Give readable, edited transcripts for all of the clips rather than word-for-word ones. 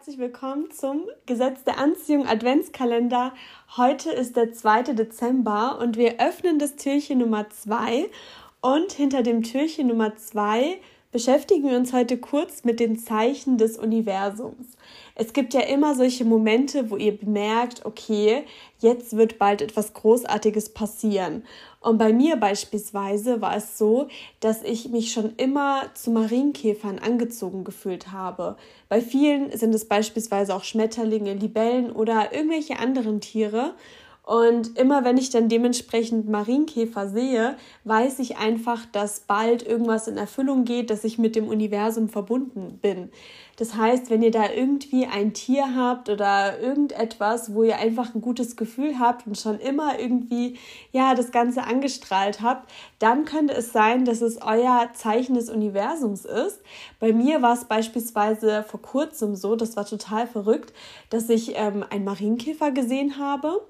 herzlich willkommen zum Gesetz der Anziehung Adventskalender. Heute ist der 2. Dezember und wir öffnen das Türchen Nummer 2 und hinter dem Türchen Nummer 2 beschäftigen wir uns heute kurz mit den Zeichen des Universums. Es gibt ja immer solche Momente, wo ihr bemerkt, okay, jetzt wird bald etwas Großartiges passieren. Und bei mir beispielsweise war es so, dass ich mich schon immer zu Marienkäfern angezogen gefühlt habe. Bei vielen sind es beispielsweise auch Schmetterlinge, Libellen oder irgendwelche anderen Tiere. Und immer wenn ich dann dementsprechend Marienkäfer sehe, weiß ich einfach, dass bald irgendwas in Erfüllung geht, dass ich mit dem Universum verbunden bin. Das heißt, wenn ihr da irgendwie ein Tier habt oder irgendetwas, wo ihr einfach ein gutes Gefühl habt und schon immer irgendwie das Ganze angestrahlt habt, dann könnte es sein, dass es euer Zeichen des Universums ist. Bei mir war es beispielsweise vor kurzem so, das war total verrückt, dass ich einen Marienkäfer gesehen habe.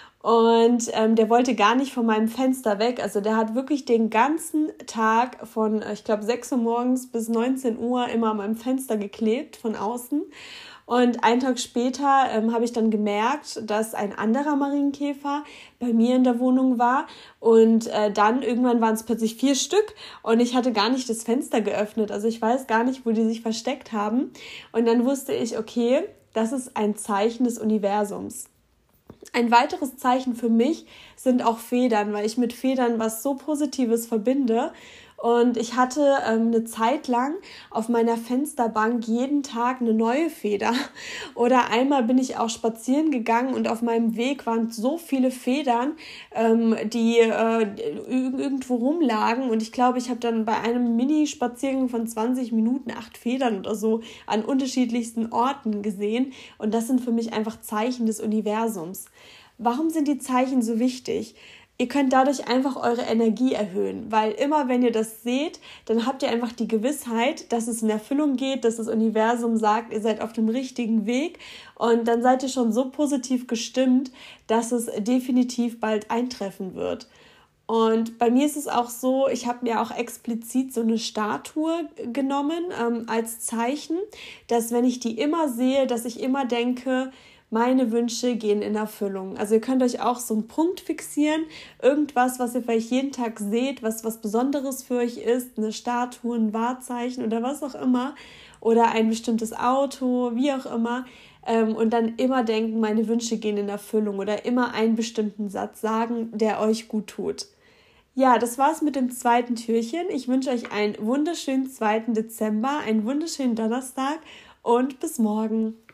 Und der wollte gar nicht von meinem Fenster weg. Also der hat wirklich den ganzen Tag von, ich glaube, 6 Uhr morgens bis 19 Uhr immer an meinem Fenster geklebt von außen. Und einen Tag später habe ich dann gemerkt, dass ein anderer Marienkäfer bei mir in der Wohnung war. Und dann irgendwann waren es plötzlich 4 Stück und ich hatte gar nicht das Fenster geöffnet. Also ich weiß gar nicht, wo die sich versteckt haben. Und dann wusste ich, okay, das ist ein Zeichen des Universums. Ein weiteres Zeichen für mich sind auch Federn, weil ich mit Federn was so Positives verbinde. Und ich hatte eine Zeit lang auf meiner Fensterbank jeden Tag eine neue Feder. Oder einmal bin ich auch spazieren gegangen und auf meinem Weg waren so viele Federn, die irgendwo rumlagen. Und ich glaube, ich habe dann bei einem Mini-Spaziergang von 20 Minuten 8 Federn oder so an unterschiedlichsten Orten gesehen. Und das sind für mich einfach Zeichen des Universums. Warum sind die Zeichen so wichtig? Ihr könnt dadurch einfach eure Energie erhöhen, weil immer wenn ihr das seht, dann habt ihr einfach die Gewissheit, dass es in Erfüllung geht, dass das Universum sagt, ihr seid auf dem richtigen Weg und dann seid ihr schon so positiv gestimmt, dass es definitiv bald eintreffen wird. Und bei mir ist es auch so, ich habe mir auch explizit so eine Statue genommen als Zeichen, dass wenn ich die immer sehe, dass ich immer denke, meine Wünsche gehen in Erfüllung. Also ihr könnt euch auch so einen Punkt fixieren, irgendwas, was ihr vielleicht jeden Tag seht, was Besonderes für euch ist, eine Statue, ein Wahrzeichen oder was auch immer oder ein bestimmtes Auto, wie auch immer und dann immer denken, meine Wünsche gehen in Erfüllung oder immer einen bestimmten Satz sagen, der euch gut tut. Ja, das war's mit dem 2. Türchen. Ich wünsche euch einen wunderschönen 2. Dezember, einen wunderschönen Donnerstag und bis morgen.